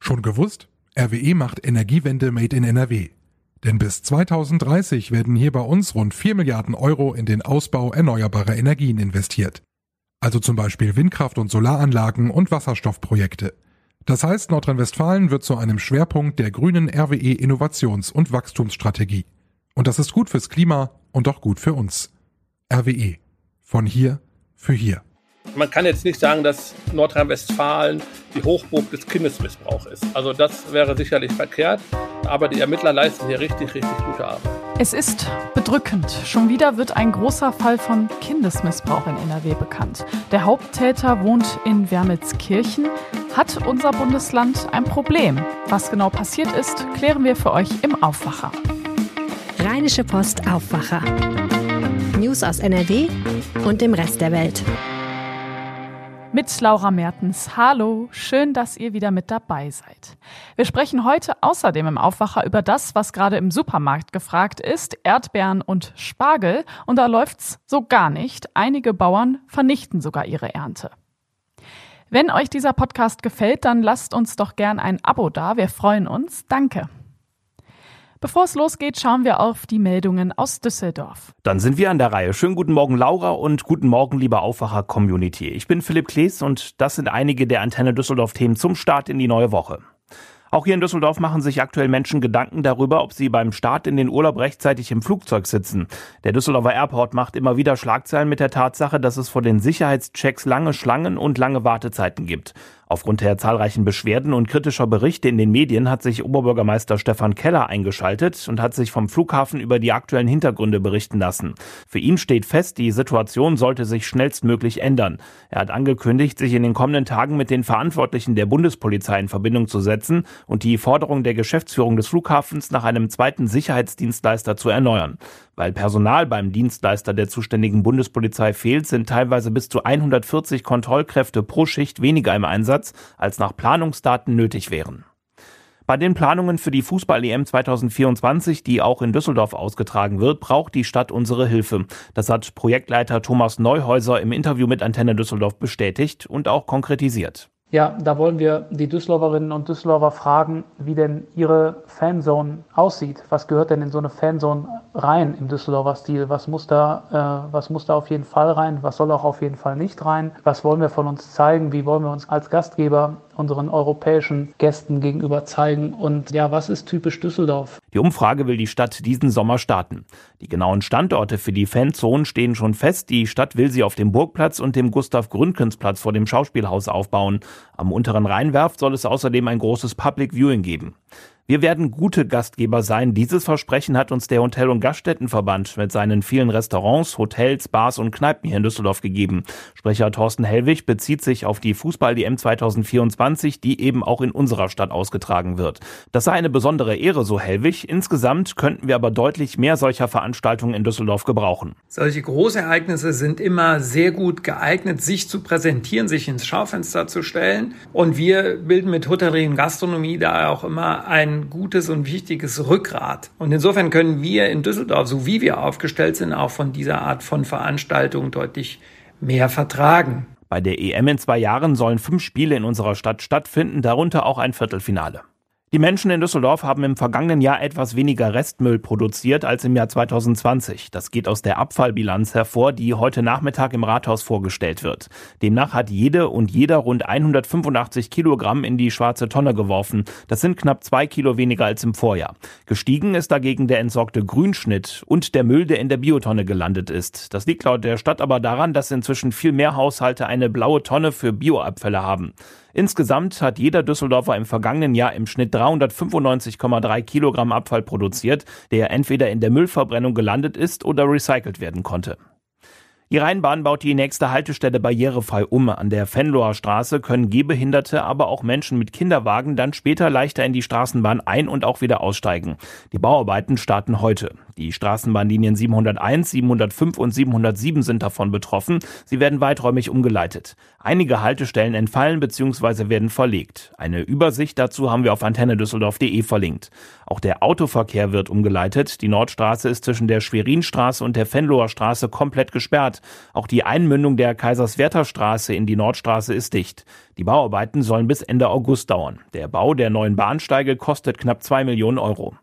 Schon gewusst? RWE macht Energiewende made in NRW. Denn bis 2030 werden hier bei uns rund 4 Milliarden Euro in den Ausbau erneuerbarer Energien investiert. Also zum Beispiel Windkraft- und Solaranlagen und Wasserstoffprojekte. Das heißt, Nordrhein-Westfalen wird zu einem Schwerpunkt der grünen RWE Innovations- und Wachstumsstrategie. Und das ist gut fürs Klima und auch gut für uns. RWE. Von hier für hier. Man kann jetzt nicht sagen, dass Nordrhein-Westfalen die Hochburg des Kindesmissbrauchs ist. Also das wäre sicherlich verkehrt, aber die Ermittler leisten hier richtig gute Arbeit. Es ist bedrückend. Schon wieder wird ein großer Fall von Kindesmissbrauch in NRW bekannt. Der Haupttäter wohnt in Wermelskirchen. Hat unser Bundesland ein Problem? Was genau passiert ist, klären wir für euch im Aufwacher. Rheinische Post Aufwacher. News aus NRW und dem Rest der Welt. Mit Laura Mertens. Hallo, schön, dass ihr wieder mit dabei seid. Wir sprechen heute außerdem im Aufwacher über das, was gerade im Supermarkt gefragt ist, Erdbeeren und Spargel. Und da läuft's so gar nicht. Einige Bauern vernichten sogar ihre Ernte. Wenn euch dieser Podcast gefällt, dann lasst uns doch gern ein Abo da. Wir freuen uns. Danke. Bevor es losgeht, schauen wir auf die Meldungen aus Düsseldorf. Dann sind wir an der Reihe. Schönen guten Morgen, Laura, und guten Morgen, liebe Aufwacher-Community. Ich bin Philipp Klees und das sind einige der Antenne Düsseldorf-Themen zum Start in die neue Woche. Auch hier in Düsseldorf machen sich aktuell Menschen Gedanken darüber, ob sie beim Start in den Urlaub rechtzeitig im Flugzeug sitzen. Der Düsseldorfer Airport macht immer wieder Schlagzeilen mit der Tatsache, dass es vor den Sicherheitschecks lange Schlangen und lange Wartezeiten gibt. Aufgrund der zahlreichen Beschwerden und kritischer Berichte in den Medien hat sich Oberbürgermeister Stefan Keller eingeschaltet und hat sich vom Flughafen über die aktuellen Hintergründe berichten lassen. Für ihn steht fest, die Situation sollte sich schnellstmöglich ändern. Er hat angekündigt, sich in den kommenden Tagen mit den Verantwortlichen der Bundespolizei in Verbindung zu setzen und die Forderung der Geschäftsführung des Flughafens nach einem zweiten Sicherheitsdienstleister zu erneuern. Weil Personal beim Dienstleister der zuständigen Bundespolizei fehlt, sind teilweise bis zu 140 Kontrollkräfte pro Schicht weniger im Einsatz, als nach Planungsdaten nötig wären. Bei den Planungen für die Fußball-EM 2024, die auch in Düsseldorf ausgetragen wird, braucht die Stadt unsere Hilfe. Das hat Projektleiter Thomas Neuhäuser im Interview mit Antenne Düsseldorf bestätigt und auch konkretisiert. Ja, da wollen wir die Düsseldorferinnen und Düsseldorfer fragen, wie denn ihre Fanzone aussieht. Was gehört denn in so eine Fanzone rein im Düsseldorfer Stil? Was muss da auf jeden Fall rein? Was soll auch auf jeden Fall nicht rein? Was wollen wir von uns zeigen? Wie wollen wir uns als Gastgeber unseren europäischen Gästen gegenüber zeigen? Und ja, was ist typisch Düsseldorf? Die Umfrage will die Stadt diesen Sommer starten. Die genauen Standorte für die Fanzonen stehen schon fest. Die Stadt will sie auf dem Burgplatz und dem Gustav-Gründgens-Platz vor dem Schauspielhaus aufbauen. Am unteren Rheinwerft soll es außerdem ein großes Public Viewing geben. Wir werden gute Gastgeber sein. Dieses Versprechen hat uns der Hotel- und Gaststättenverband mit seinen vielen Restaurants, Hotels, Bars und Kneipen hier in Düsseldorf gegeben. Sprecher Thorsten Hellwig bezieht sich auf die Fußball-EM 2024, die eben auch in unserer Stadt ausgetragen wird. Das sei eine besondere Ehre, so Hellwig. Insgesamt könnten wir aber deutlich mehr solcher Veranstaltungen in Düsseldorf gebrauchen. Solche Großereignisse sind immer sehr gut geeignet, sich zu präsentieren, sich ins Schaufenster zu stellen. Und wir bilden mit Hotellerie und Gastronomie da auch immer ein gutes und wichtiges Rückgrat. Und insofern können wir in Düsseldorf, so wie wir aufgestellt sind, auch von dieser Art von Veranstaltung deutlich mehr vertragen. Bei der EM in 2 Jahren sollen 5 Spiele in unserer Stadt stattfinden, darunter auch ein Viertelfinale. Die Menschen in Düsseldorf haben im vergangenen Jahr etwas weniger Restmüll produziert als im Jahr 2020. Das geht aus der Abfallbilanz hervor, die heute Nachmittag im Rathaus vorgestellt wird. Demnach hat jede und jeder rund 185 Kilogramm in die schwarze Tonne geworfen. Das sind knapp 2 Kilo weniger als im Vorjahr. Gestiegen ist dagegen der entsorgte Grünschnitt und der Müll, der in der Biotonne gelandet ist. Das liegt laut der Stadt aber daran, dass inzwischen viel mehr Haushalte eine blaue Tonne für Bioabfälle haben. Insgesamt hat jeder Düsseldorfer im vergangenen Jahr im Schnitt 395,3 Kilogramm Abfall produziert, der entweder in der Müllverbrennung gelandet ist oder recycelt werden konnte. Die Rheinbahn baut die nächste Haltestelle barrierefrei um. An der Venloer Straße können Gehbehinderte, aber auch Menschen mit Kinderwagen dann später leichter in die Straßenbahn ein- und auch wieder aussteigen. Die Bauarbeiten starten heute. Die Straßenbahnlinien 701, 705 und 707 sind davon betroffen. Sie werden weiträumig umgeleitet. Einige Haltestellen entfallen bzw. werden verlegt. Eine Übersicht dazu haben wir auf antennedüsseldorf.de verlinkt. Auch der Autoverkehr wird umgeleitet. Die Nordstraße ist zwischen der Schwerinstraße und der Venloer Straße komplett gesperrt. Auch die Einmündung der Kaiserswerther Straße in die Nordstraße ist dicht. Die Bauarbeiten sollen bis Ende August dauern. Der Bau der neuen Bahnsteige kostet knapp 2 Millionen Euro.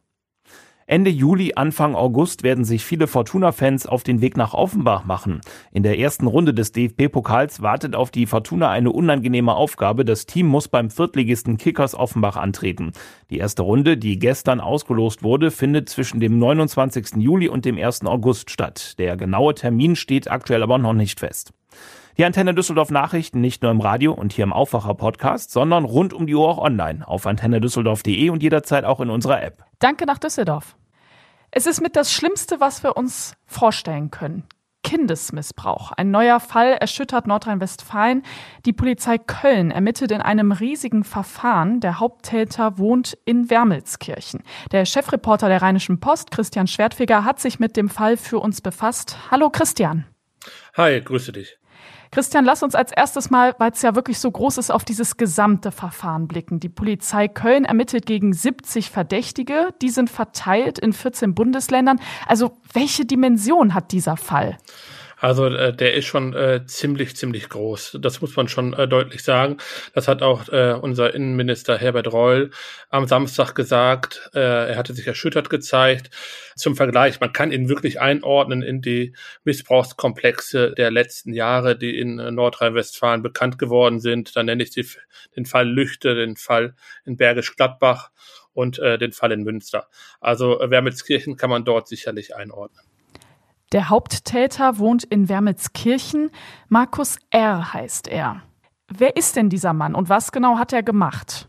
Ende Juli, Anfang August werden sich viele Fortuna-Fans auf den Weg nach Offenbach machen. In der ersten Runde des DFB-Pokals wartet auf die Fortuna eine unangenehme Aufgabe. Das Team muss beim Viertligisten Kickers Offenbach antreten. Die erste Runde, die gestern ausgelost wurde, findet zwischen dem 29. Juli und dem 1. August statt. Der genaue Termin steht aktuell aber noch nicht fest. Die Antenne Düsseldorf Nachrichten nicht nur im Radio und hier im Aufwacher-Podcast, sondern rund um die Uhr auch online auf antennedüsseldorf.de und jederzeit auch in unserer App. Danke nach Düsseldorf. Es ist mit das Schlimmste, was wir uns vorstellen können. Kindesmissbrauch. Ein neuer Fall erschüttert Nordrhein-Westfalen. Die Polizei Köln ermittelt in einem riesigen Verfahren. Der Haupttäter wohnt in Wermelskirchen. Der Chefreporter der Rheinischen Post, Christian Schwertfeger, hat sich mit dem Fall für uns befasst. Hallo Christian. Hi, grüße dich. Christian, lass uns als erstes mal, weil es ja wirklich so groß ist, auf dieses gesamte Verfahren blicken. Die Polizei Köln ermittelt gegen 70 Verdächtige. Die sind verteilt in 14 Bundesländern. Also welche Dimension hat dieser Fall? Also der ist schon ziemlich groß. Das muss man schon deutlich sagen. Das hat auch unser Innenminister Herbert Reul am Samstag gesagt. Er hatte sich erschüttert gezeigt. Zum Vergleich, man kann ihn wirklich einordnen in die Missbrauchskomplexe der letzten Jahre, die in Nordrhein-Westfalen bekannt geworden sind. Da nenne ich den Fall Lüchte, den Fall in Bergisch Gladbach und den Fall in Münster. Also Wermelskirchen kann man dort sicherlich einordnen. Der Haupttäter wohnt in Wermelskirchen. Markus R. heißt er. Wer ist denn dieser Mann und was genau hat er gemacht?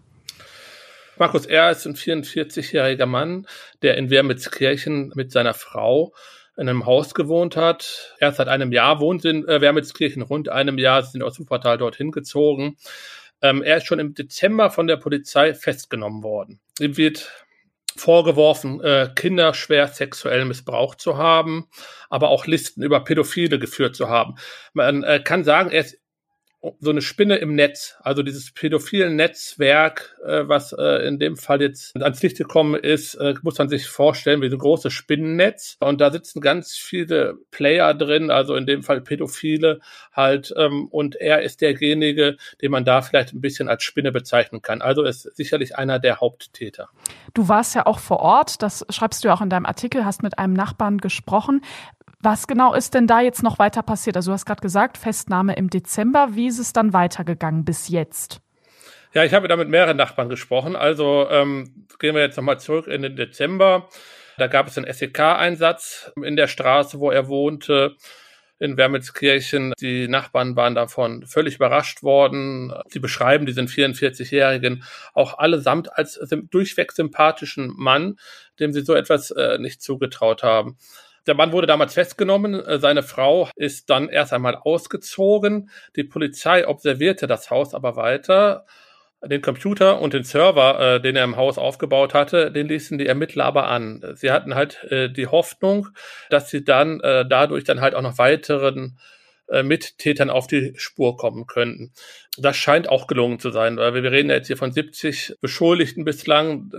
Markus R. ist ein 44-jähriger Mann, der in Wermelskirchen mit seiner Frau in einem Haus gewohnt hat. Erst seit einem Jahr wohnt in Wermelskirchen, rund einem Jahr, sind aus Wuppertal dorthin gezogen. Er ist schon im Dezember von der Polizei festgenommen worden. Ihm wird vorgeworfen, Kinder schwer sexuell missbraucht zu haben, aber auch Listen über Pädophile geführt zu haben. Man kann sagen, er ist so eine Spinne im Netz, also dieses pädophilen Netzwerk, was in dem Fall jetzt ans Licht gekommen ist, muss man sich vorstellen wie ein großes Spinnennetz. Und da sitzen ganz viele Player drin, also in dem Fall Pädophile halt. Und er ist derjenige, den man da vielleicht ein bisschen als Spinne bezeichnen kann. Also ist sicherlich einer der Haupttäter. Du warst ja auch vor Ort, das schreibst du ja auch in deinem Artikel, hast mit einem Nachbarn gesprochen. Was genau ist denn da jetzt noch weiter passiert? Also du hast gerade gesagt, Festnahme im Dezember. Wie ist es dann weitergegangen bis jetzt? Ja, ich habe da mit mehreren Nachbarn gesprochen. Also gehen wir jetzt nochmal zurück in den Dezember. Da gab es einen SEK-Einsatz in der Straße, wo er wohnte, in Wermelskirchen. Die Nachbarn waren davon völlig überrascht worden. Sie beschreiben diesen 44-Jährigen auch allesamt als durchweg sympathischen Mann, dem sie so etwas nicht zugetraut haben. Der Mann wurde damals festgenommen, seine Frau ist dann erst einmal ausgezogen. Die Polizei observierte das Haus aber weiter. Den Computer und den Server, den er im Haus aufgebaut hatte, den ließen die Ermittler aber an. Sie hatten halt die Hoffnung, dass sie dann dadurch dann halt auch noch weiteren Mittätern auf die Spur kommen könnten. Das scheint auch gelungen zu sein, weil wir reden jetzt hier von 70 Beschuldigten bislang,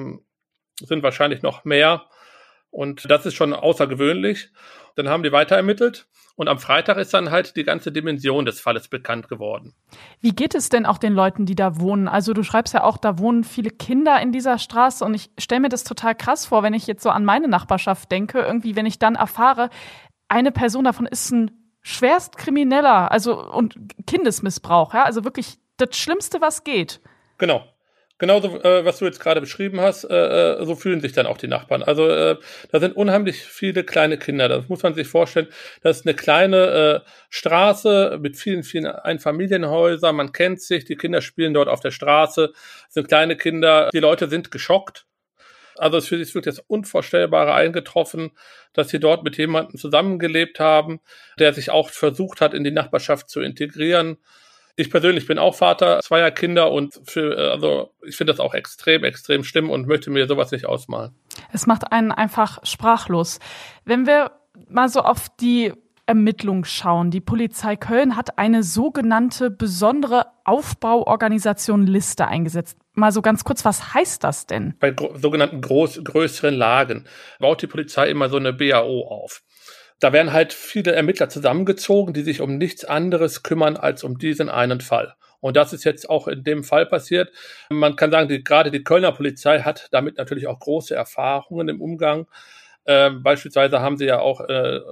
sind wahrscheinlich noch mehr. Und das ist schon außergewöhnlich. Dann haben die weiter ermittelt und am Freitag ist dann halt die ganze Dimension des Falles bekannt geworden. Wie geht es denn auch den Leuten, die da wohnen? Also du schreibst ja auch, da wohnen viele Kinder in dieser Straße und ich stelle mir das total krass vor, wenn ich jetzt so an meine Nachbarschaft denke, irgendwie, wenn ich dann erfahre, eine Person davon ist ein Schwerstkrimineller, also und Kindesmissbrauch, ja, also wirklich das Schlimmste, was geht. Genau. Genauso, was du jetzt gerade beschrieben hast, so fühlen sich dann auch die Nachbarn. Also da sind unheimlich viele kleine Kinder. Das muss man sich vorstellen. Das ist eine kleine Straße mit vielen Einfamilienhäusern. Man kennt sich, die Kinder spielen dort auf der Straße. Das sind kleine Kinder. Die Leute sind geschockt. Also es ist wirklich das Unvorstellbare eingetroffen, dass sie dort mit jemandem zusammengelebt haben, der sich auch versucht hat, in die Nachbarschaft zu integrieren. Ich persönlich bin auch Vater zweier Kinder und ich finde das auch extrem schlimm und möchte mir sowas nicht ausmalen. Es macht einen einfach sprachlos. Wenn wir mal so auf die Ermittlungen schauen, die Polizei Köln hat eine sogenannte besondere Aufbauorganisation Liste eingesetzt. Mal so ganz kurz, was heißt das denn? Bei sogenannten größeren Lagen baut die Polizei immer so eine BAO auf. Da werden halt viele Ermittler zusammengezogen, die sich um nichts anderes kümmern als um diesen einen Fall. Und das ist jetzt auch in dem Fall passiert. Man kann sagen, gerade die Kölner Polizei hat damit natürlich auch große Erfahrungen im Umgang. Beispielsweise haben sie ja auch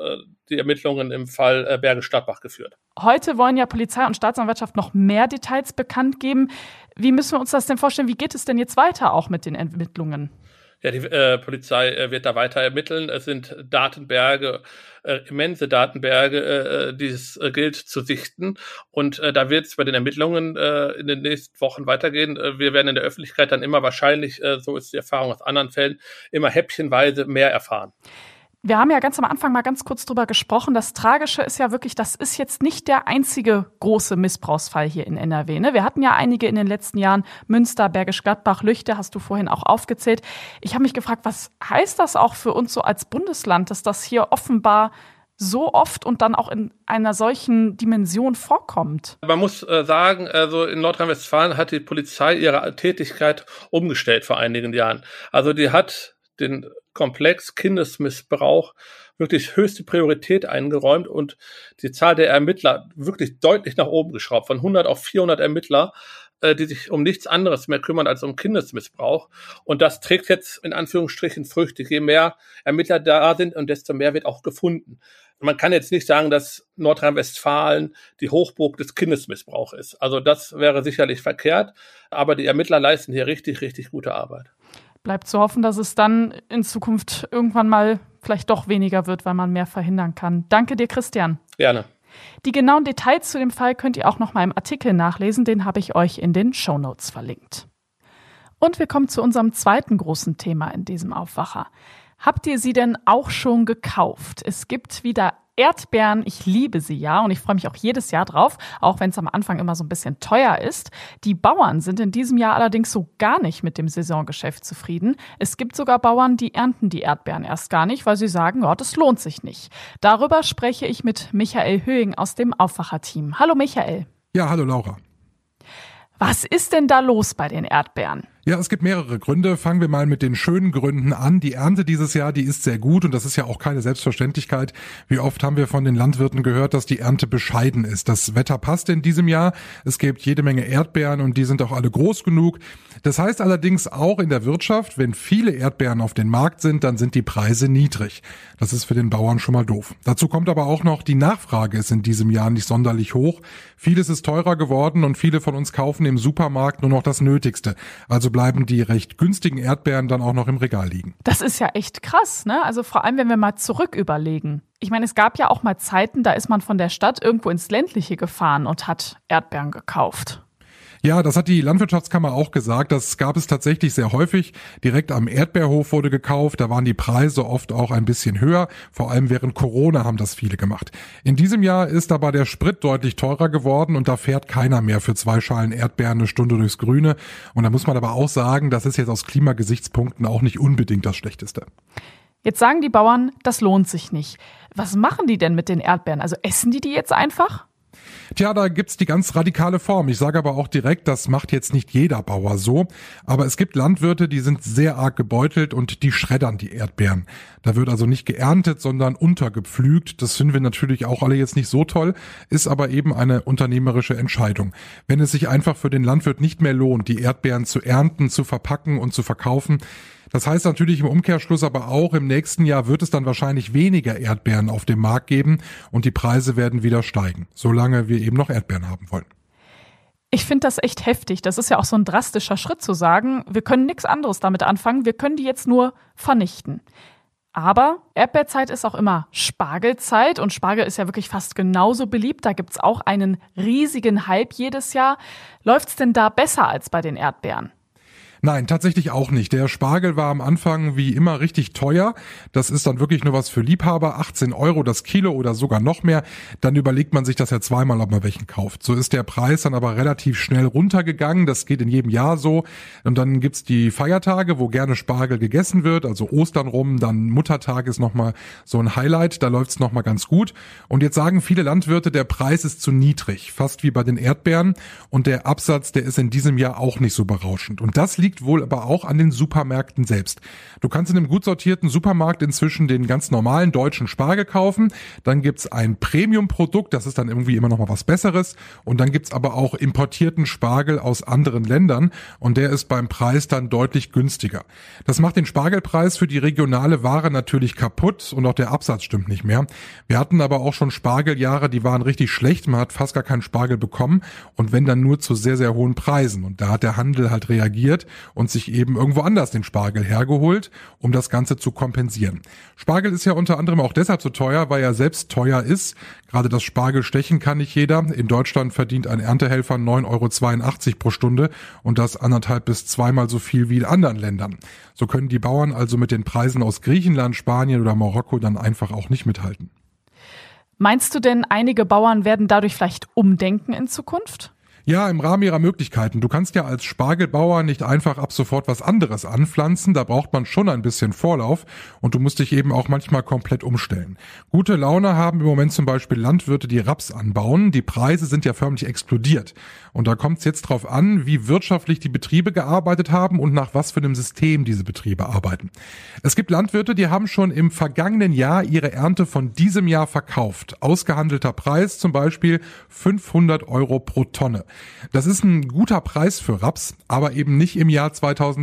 die Ermittlungen im Fall Bergisch Gladbach geführt. Heute wollen ja Polizei und Staatsanwaltschaft noch mehr Details bekannt geben. Wie müssen wir uns das denn vorstellen? Wie geht es denn jetzt weiter auch mit den Ermittlungen? Ja, die Polizei wird da weiter ermitteln. Es sind Datenberge, immense Datenberge, die es gilt zu sichten. Und da wird es bei den Ermittlungen in den nächsten Wochen weitergehen. Wir werden in der Öffentlichkeit dann immer wahrscheinlich, so ist die Erfahrung aus anderen Fällen, immer häppchenweise mehr erfahren. Wir haben ja ganz am Anfang mal ganz kurz drüber gesprochen. Das Tragische ist ja wirklich, das ist jetzt nicht der einzige große Missbrauchsfall hier in NRW. Ne? Wir hatten ja einige in den letzten Jahren. Münster, Bergisch Gladbach, Lüchte hast du vorhin auch aufgezählt. Ich habe mich gefragt, was heißt das auch für uns so als Bundesland, dass das hier offenbar so oft und dann auch in einer solchen Dimension vorkommt? Man muss sagen, also in Nordrhein-Westfalen hat die Polizei ihre Tätigkeit umgestellt vor einigen Jahren. Also die hat den Komplex Kindesmissbrauch wirklich höchste Priorität eingeräumt und die Zahl der Ermittler wirklich deutlich nach oben geschraubt, von 100 auf 400 Ermittler, die sich um nichts anderes mehr kümmern als um Kindesmissbrauch. Und das trägt jetzt in Anführungsstrichen Früchte. Je mehr Ermittler da sind und desto mehr wird auch gefunden. Man kann jetzt nicht sagen, dass Nordrhein-Westfalen die Hochburg des Kindesmissbrauchs ist. Also das wäre sicherlich verkehrt, aber die Ermittler leisten hier richtig, richtig gute Arbeit. Bleibt zu hoffen, dass es dann in Zukunft irgendwann mal vielleicht doch weniger wird, weil man mehr verhindern kann. Danke dir, Christian. Gerne. Die genauen Details zu dem Fall könnt ihr auch noch mal im Artikel nachlesen. Den habe ich euch in den Shownotes verlinkt. Und wir kommen zu unserem zweiten großen Thema in diesem Aufwacher. Habt ihr sie denn auch schon gekauft? Es gibt wieder Erdbeeren, ich liebe sie ja und ich freue mich auch jedes Jahr drauf, auch wenn es am Anfang immer so ein bisschen teuer ist. Die Bauern sind in diesem Jahr allerdings so gar nicht mit dem Saisongeschäft zufrieden. Es gibt sogar Bauern, die ernten die Erdbeeren erst gar nicht, weil sie sagen, ja, das lohnt sich nicht. Darüber spreche ich mit Michael Höhing aus dem Aufwacher-Team. Hallo Michael. Ja, hallo Laura. Was ist denn da los bei den Erdbeeren? Ja, es gibt mehrere Gründe. Fangen wir mal mit den schönen Gründen an. Die Ernte dieses Jahr, die ist sehr gut und das ist ja auch keine Selbstverständlichkeit. Wie oft haben wir von den Landwirten gehört, dass die Ernte bescheiden ist. Das Wetter passt in diesem Jahr. Es gibt jede Menge Erdbeeren und die sind auch alle groß genug. Das heißt allerdings auch in der Wirtschaft, wenn viele Erdbeeren auf den Markt sind, dann sind die Preise niedrig. Das ist für den Bauern schon mal doof. Dazu kommt aber auch noch, die Nachfrage ist in diesem Jahr nicht sonderlich hoch. Vieles ist teurer geworden und viele von uns kaufen im Supermarkt nur noch das Nötigste. Also bleiben die recht günstigen Erdbeeren dann auch noch im Regal liegen. Das ist ja echt krass, ne? Also vor allem, wenn wir mal zurück überlegen. Ich meine, es gab ja auch mal Zeiten, da ist man von der Stadt irgendwo ins Ländliche gefahren und hat Erdbeeren gekauft. Ja, das hat die Landwirtschaftskammer auch gesagt. Das gab es tatsächlich sehr häufig. Direkt am Erdbeerhof wurde gekauft. Da waren die Preise oft auch ein bisschen höher. Vor allem während Corona haben das viele gemacht. In diesem Jahr ist aber der Sprit deutlich teurer geworden und da fährt keiner mehr für 2 Schalen Erdbeeren eine Stunde durchs Grüne. Und da muss man aber auch sagen, das ist jetzt aus Klimagesichtspunkten auch nicht unbedingt das Schlechteste. Jetzt sagen die Bauern, das lohnt sich nicht. Was machen die denn mit den Erdbeeren? Also essen die jetzt einfach? Tja, da gibt's die ganz radikale Form. Ich sage aber auch direkt, das macht jetzt nicht jeder Bauer so. Aber es gibt Landwirte, die sind sehr arg gebeutelt und die schreddern die Erdbeeren. Da wird also nicht geerntet, sondern untergepflügt. Das finden wir natürlich auch alle jetzt nicht so toll, ist aber eben eine unternehmerische Entscheidung. Wenn es sich einfach für den Landwirt nicht mehr lohnt, die Erdbeeren zu ernten, zu verpacken und zu verkaufen, das heißt natürlich im Umkehrschluss aber auch, im nächsten Jahr wird es dann wahrscheinlich weniger Erdbeeren auf dem Markt geben und die Preise werden wieder steigen, solange wir eben noch Erdbeeren haben wollen. Ich finde das echt heftig. Das ist ja auch so ein drastischer Schritt zu sagen, wir können nichts anderes damit anfangen, wir können die jetzt nur vernichten. Aber Erdbeerzeit ist auch immer Spargelzeit und Spargel ist ja wirklich fast genauso beliebt. Da gibt's auch einen riesigen Hype jedes Jahr. Läuft's denn da besser als bei den Erdbeeren? Nein, tatsächlich auch nicht. Der Spargel war am Anfang wie immer richtig teuer. Das ist dann wirklich nur was für Liebhaber. 18 € das Kilo oder sogar noch mehr. Dann überlegt man sich das ja zweimal, ob man welchen kauft. So ist der Preis dann aber relativ schnell runtergegangen. Das geht in jedem Jahr so. Und dann gibt's die Feiertage, wo gerne Spargel gegessen wird. Also Ostern rum, dann Muttertag ist nochmal so ein Highlight. Da läuft's nochmal ganz gut. Und jetzt sagen viele Landwirte, der Preis ist zu niedrig. Fast wie bei den Erdbeeren. Und der Absatz, der ist in diesem Jahr auch nicht so berauschend. Und das liegt wohl aber auch an den Supermärkten selbst. Du kannst in einem gut sortierten Supermarkt inzwischen den ganz normalen deutschen Spargel kaufen. Dann gibt's ein Premium-Produkt, das ist dann irgendwie immer noch mal was Besseres. Und dann gibt's aber auch importierten Spargel aus anderen Ländern. Und der ist beim Preis dann deutlich günstiger. Das macht den Spargelpreis für die regionale Ware natürlich kaputt und auch der Absatz stimmt nicht mehr. Wir hatten aber auch schon Spargeljahre, die waren richtig schlecht. Man hat fast gar keinen Spargel bekommen und wenn dann nur zu sehr, sehr hohen Preisen. Und da hat der Handel halt reagiert und sich eben irgendwo anders den Spargel hergeholt, um das Ganze zu kompensieren. Spargel ist ja unter anderem auch deshalb so teuer, weil er selbst teuer ist. Gerade das Spargelstechen kann nicht jeder. In Deutschland verdient ein Erntehelfer 9,82 € pro Stunde und das 1,5 bis 2-mal so viel wie in anderen Ländern. So können die Bauern also mit den Preisen aus Griechenland, Spanien oder Marokko dann einfach auch nicht mithalten. Meinst du denn, einige Bauern werden dadurch vielleicht umdenken in Zukunft? Ja, im Rahmen ihrer Möglichkeiten. Du kannst ja als Spargelbauer nicht einfach ab sofort was anderes anpflanzen. Da braucht man schon ein bisschen Vorlauf und du musst dich eben auch manchmal komplett umstellen. Gute Laune haben im Moment zum Beispiel Landwirte, die Raps anbauen. Die Preise sind ja förmlich explodiert. Und da kommt es jetzt drauf an, wie wirtschaftlich die Betriebe gearbeitet haben und nach was für einem System diese Betriebe arbeiten. Es gibt Landwirte, die haben schon im vergangenen Jahr ihre Ernte von diesem Jahr verkauft. Ausgehandelter Preis zum Beispiel 500 € pro Tonne. Das ist ein guter Preis für Raps, aber eben nicht im Jahr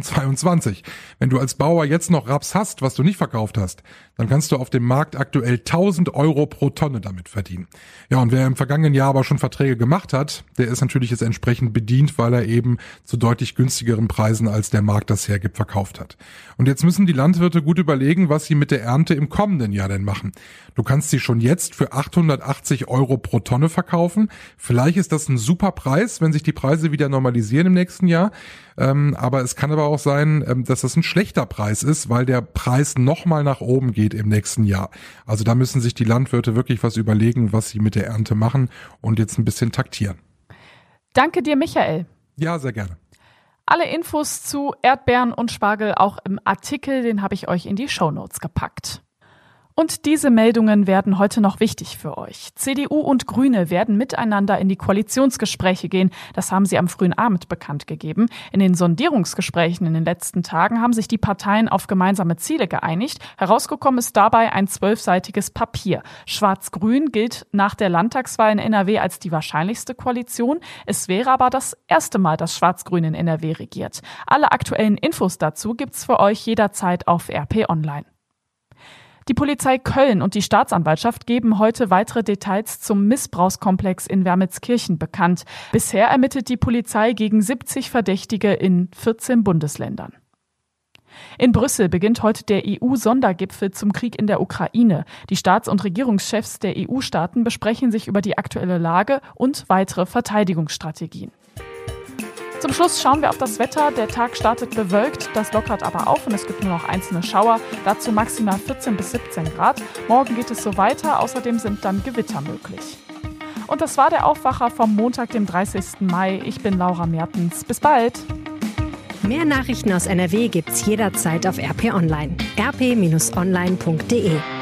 2022. Wenn du als Bauer jetzt noch Raps hast, was du nicht verkauft hast, dann kannst du auf dem Markt aktuell 1.000 € pro Tonne damit verdienen. Ja, und wer im vergangenen Jahr aber schon Verträge gemacht hat, der ist natürlich jetzt entsprechend bedient, weil er eben zu deutlich günstigeren Preisen, als der Markt das hergibt, verkauft hat. Und jetzt müssen die Landwirte gut überlegen, was sie mit der Ernte im kommenden Jahr denn machen. Du kannst sie schon jetzt für 880 € pro Tonne verkaufen. Vielleicht ist das ein super Preis, wenn sich die Preise wieder normalisieren im nächsten Jahr. Aber es kann aber auch sein, dass das ein schlechter Preis ist, weil der Preis nochmal nach oben geht im nächsten Jahr. Also da müssen sich die Landwirte wirklich was überlegen, was sie mit der Ernte machen und jetzt ein bisschen taktieren. Danke dir, Michael. Ja, sehr gerne. Alle Infos zu Erdbeeren und Spargel auch im Artikel, den habe ich euch in die Shownotes gepackt. Und diese Meldungen werden heute noch wichtig für euch. CDU und Grüne werden miteinander in die Koalitionsgespräche gehen. Das haben sie am frühen Abend bekannt gegeben. In den Sondierungsgesprächen in den letzten Tagen haben sich die Parteien auf gemeinsame Ziele geeinigt. Herausgekommen ist dabei ein 12-seitiges Papier. Schwarz-Grün gilt nach der Landtagswahl in NRW als die wahrscheinlichste Koalition. Es wäre aber das erste Mal, dass Schwarz-Grün in NRW regiert. Alle aktuellen Infos dazu gibt's für euch jederzeit auf RP Online. Die Polizei Köln und die Staatsanwaltschaft geben heute weitere Details zum Missbrauchskomplex in Wermelskirchen bekannt. Bisher ermittelt die Polizei gegen 70 Verdächtige in 14 Bundesländern. In Brüssel beginnt heute der EU-Sondergipfel zum Krieg in der Ukraine. Die Staats- und Regierungschefs der EU-Staaten besprechen sich über die aktuelle Lage und weitere Verteidigungsstrategien. Zum Schluss schauen wir auf das Wetter. Der Tag startet bewölkt, das lockert aber auf und es gibt nur noch einzelne Schauer. Dazu maximal 14 bis 17 Grad. Morgen geht es so weiter, außerdem sind dann Gewitter möglich. Und das war der Aufwacher vom Montag, dem 30. Mai. Ich bin Laura Mertens. Bis bald. Mehr Nachrichten aus NRW gibt's jederzeit auf RP Online. rp-online.de